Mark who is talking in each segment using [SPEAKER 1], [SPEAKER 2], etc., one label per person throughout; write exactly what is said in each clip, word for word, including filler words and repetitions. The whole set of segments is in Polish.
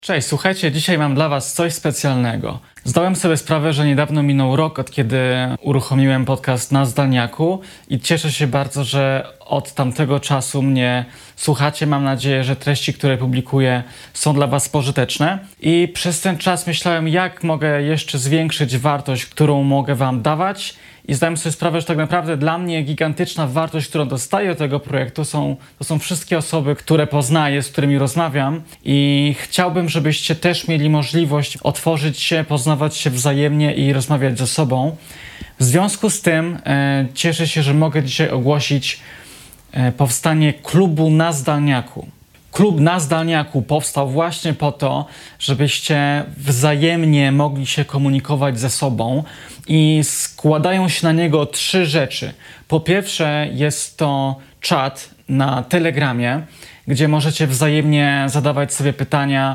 [SPEAKER 1] Cześć, słuchajcie, dzisiaj mam dla was coś specjalnego. Zdałem sobie sprawę, że niedawno minął rok, od kiedy uruchomiłem podcast na zdalniaku i cieszę się bardzo, że od tamtego czasu mnie słuchacie. Mam nadzieję, że treści, które publikuję, są dla was pożyteczne. I przez ten czas myślałem, jak mogę jeszcze zwiększyć wartość, którą mogę wam dawać. I zdałem sobie sprawę, że tak naprawdę dla mnie gigantyczna wartość, którą dostaję od tego projektu, są, to są wszystkie osoby, które poznaję, z którymi rozmawiam. I chciałbym, żebyście też mieli możliwość otworzyć się, poznawać się wzajemnie i rozmawiać ze sobą. W związku z tym e, cieszę się, że mogę dzisiaj ogłosić e, powstanie klubu na zdalniaku. Klub na zdalniaku powstał właśnie po to, żebyście wzajemnie mogli się komunikować ze sobą i składają się na niego trzy rzeczy. Po pierwsze jest to czat na Telegramie, gdzie możecie wzajemnie zadawać sobie pytania,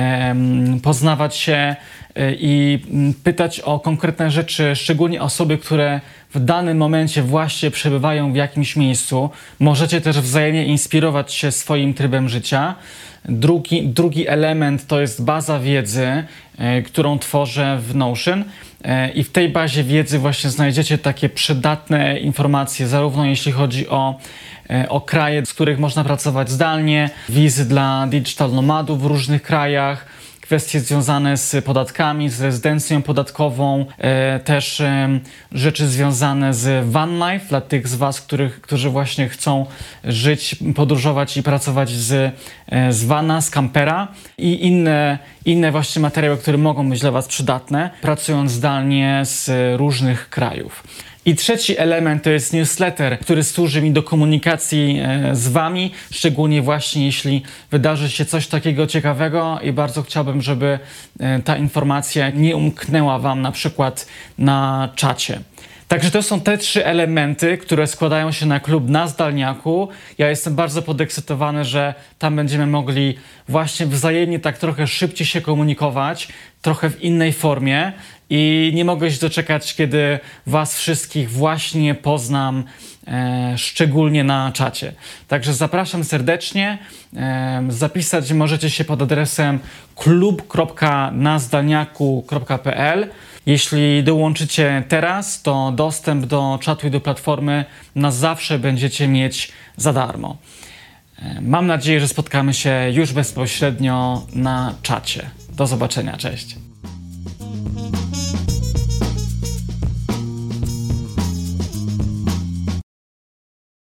[SPEAKER 1] em, poznawać się e, i pytać o konkretne rzeczy, szczególnie osoby, które w danym momencie właśnie przebywają w jakimś miejscu. Możecie też wzajemnie inspirować się swoim trybem życia. Drugi, drugi element to jest baza wiedzy, e, którą tworzę w Notion. E, I w tej bazie wiedzy właśnie znajdziecie takie przydatne informacje, zarówno jeśli chodzi o, e, o kraje, z których można pracować zdalnie, wizy dla digital nomadów w różnych krajach, kwestie związane z podatkami, z rezydencją podatkową, e, też e, rzeczy związane z van life dla tych z was, których, którzy właśnie chcą żyć, podróżować i pracować z, e, z vana, z kampera i inne, inne właśnie materiały, które mogą być dla was przydatne, pracując zdalnie z różnych krajów. I trzeci element to jest newsletter, który służy mi do komunikacji e, z wami, szczególnie właśnie jeśli wydarzy się coś takiego ciekawego i bardzo chciałbym, żeby e, ta informacja nie umknęła wam na przykład na czacie. Także to są te trzy elementy, które składają się na klub na zdalniaku. Ja jestem bardzo podekscytowany, że tam będziemy mogli właśnie wzajemnie tak trochę szybciej się komunikować, trochę w innej formie i nie mogę się doczekać, kiedy was wszystkich właśnie poznam, e, szczególnie na czacie. Także zapraszam serdecznie. E, zapisać możecie się pod adresem klub kropka na zdalniaku kropka p l. Jeśli dołączycie teraz, to dostęp do czatu i do platformy na zawsze będziecie mieć za darmo. Mam nadzieję, że spotkamy się już bezpośrednio na czacie. Do zobaczenia, cześć.